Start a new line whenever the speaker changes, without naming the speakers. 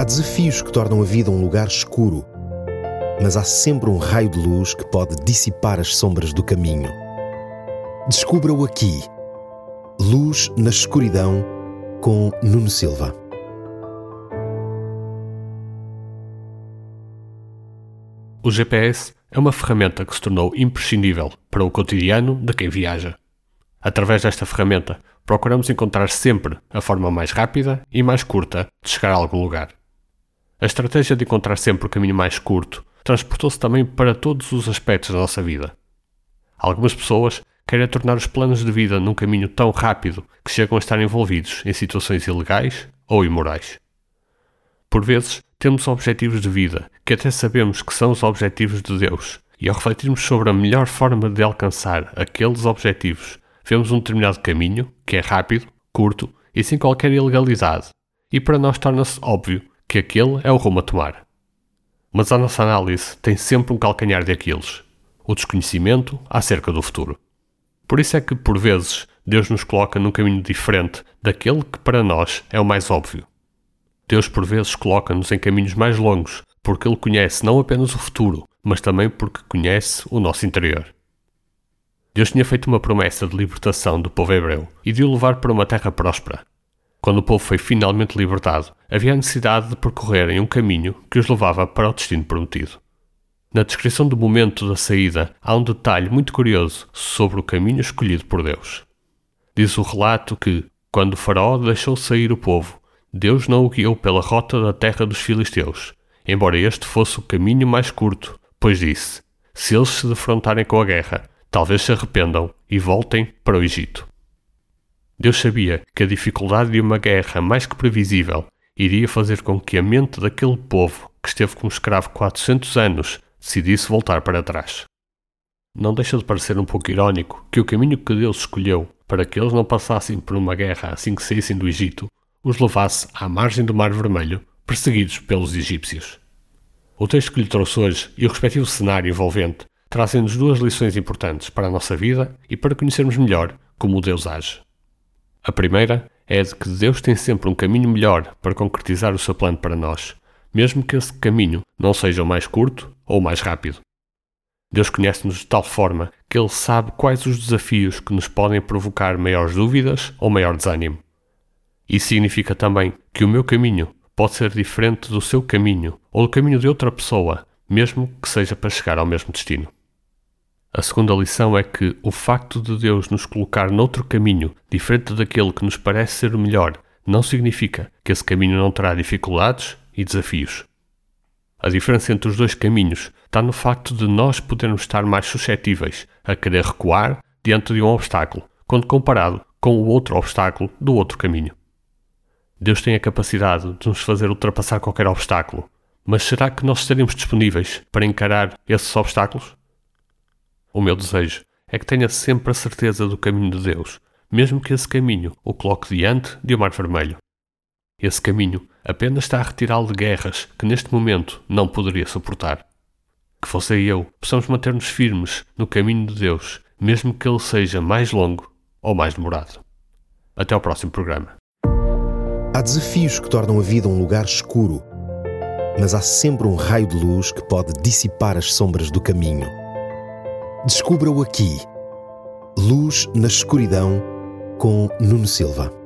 Há desafios que tornam a vida um lugar escuro, mas há sempre um raio de luz que pode dissipar as sombras do caminho. Descubra-o aqui. Luz na Escuridão, com Nuno Silva.
O GPS é uma ferramenta que se tornou imprescindível para o cotidiano de quem viaja. Através desta ferramenta, procuramos encontrar sempre a forma mais rápida e mais curta de chegar a algum lugar. A estratégia de encontrar sempre o caminho mais curto transportou-se também para todos os aspectos da nossa vida. Algumas pessoas querem tornar os planos de vida num caminho tão rápido que chegam a estar envolvidos em situações ilegais ou imorais. Por vezes, temos objetivos de vida que até sabemos que são os objetivos de Deus, e ao refletirmos sobre a melhor forma de alcançar aqueles objetivos, vemos um determinado caminho que é rápido, curto e sem qualquer ilegalidade, e para nós torna-se óbvio que aquele é o rumo a tomar. Mas a nossa análise tem sempre um calcanhar de Aquiles, o desconhecimento acerca do futuro. Por isso é que, por vezes, Deus nos coloca num caminho diferente daquele que para nós é o mais óbvio. Deus, por vezes, coloca-nos em caminhos mais longos, porque Ele conhece não apenas o futuro, mas também porque conhece o nosso interior. Deus tinha feito uma promessa de libertação do povo hebreu e de o levar para uma terra próspera. Quando o povo foi finalmente libertado, havia a necessidade de percorrerem um caminho que os levava para o destino prometido. Na descrição do momento da saída, há um detalhe muito curioso sobre o caminho escolhido por Deus. Diz o relato que, quando o faraó deixou sair o povo, Deus não o guiou pela rota da terra dos filisteus, embora este fosse o caminho mais curto, pois disse: se eles se defrontarem com a guerra, talvez se arrependam e voltem para o Egito. Deus sabia que a dificuldade de uma guerra mais que previsível iria fazer com que a mente daquele povo, que esteve como escravo 400 anos, decidisse voltar para trás. Não deixa de parecer um pouco irónico que o caminho que Deus escolheu para que eles não passassem por uma guerra assim que saíssem do Egito os levasse à margem do Mar Vermelho, perseguidos pelos egípcios. O texto que lhe trouxe hoje e o respectivo cenário envolvente trazem-nos duas lições importantes para a nossa vida e para conhecermos melhor como Deus age. A primeira é a de que Deus tem sempre um caminho melhor para concretizar o seu plano para nós, mesmo que esse caminho não seja o mais curto ou o mais rápido. Deus conhece-nos de tal forma que Ele sabe quais os desafios que nos podem provocar maiores dúvidas ou maior desânimo. Isso significa também que o meu caminho pode ser diferente do seu caminho ou do caminho de outra pessoa, mesmo que seja para chegar ao mesmo destino. A segunda lição é que o facto de Deus nos colocar noutro caminho, diferente daquele que nos parece ser o melhor, não significa que esse caminho não terá dificuldades e desafios. A diferença entre os dois caminhos está no facto de nós podermos estar mais suscetíveis a querer recuar diante de um obstáculo, quando comparado com o outro obstáculo do outro caminho. Deus tem a capacidade de nos fazer ultrapassar qualquer obstáculo, mas será que nós estaremos disponíveis para encarar esses obstáculos? O meu desejo é que tenha sempre a certeza do caminho de Deus, mesmo que esse caminho o coloque diante de um mar vermelho. Esse caminho apenas está a retirá-lo de guerras que neste momento não poderia suportar. Que você e eu possamos manter-nos firmes no caminho de Deus, mesmo que ele seja mais longo ou mais demorado. Até ao próximo programa.
Há desafios que tornam a vida um lugar escuro, mas há sempre um raio de luz que pode dissipar as sombras do caminho. Descubra-o aqui. Luz na Escuridão, com Nuno Silva.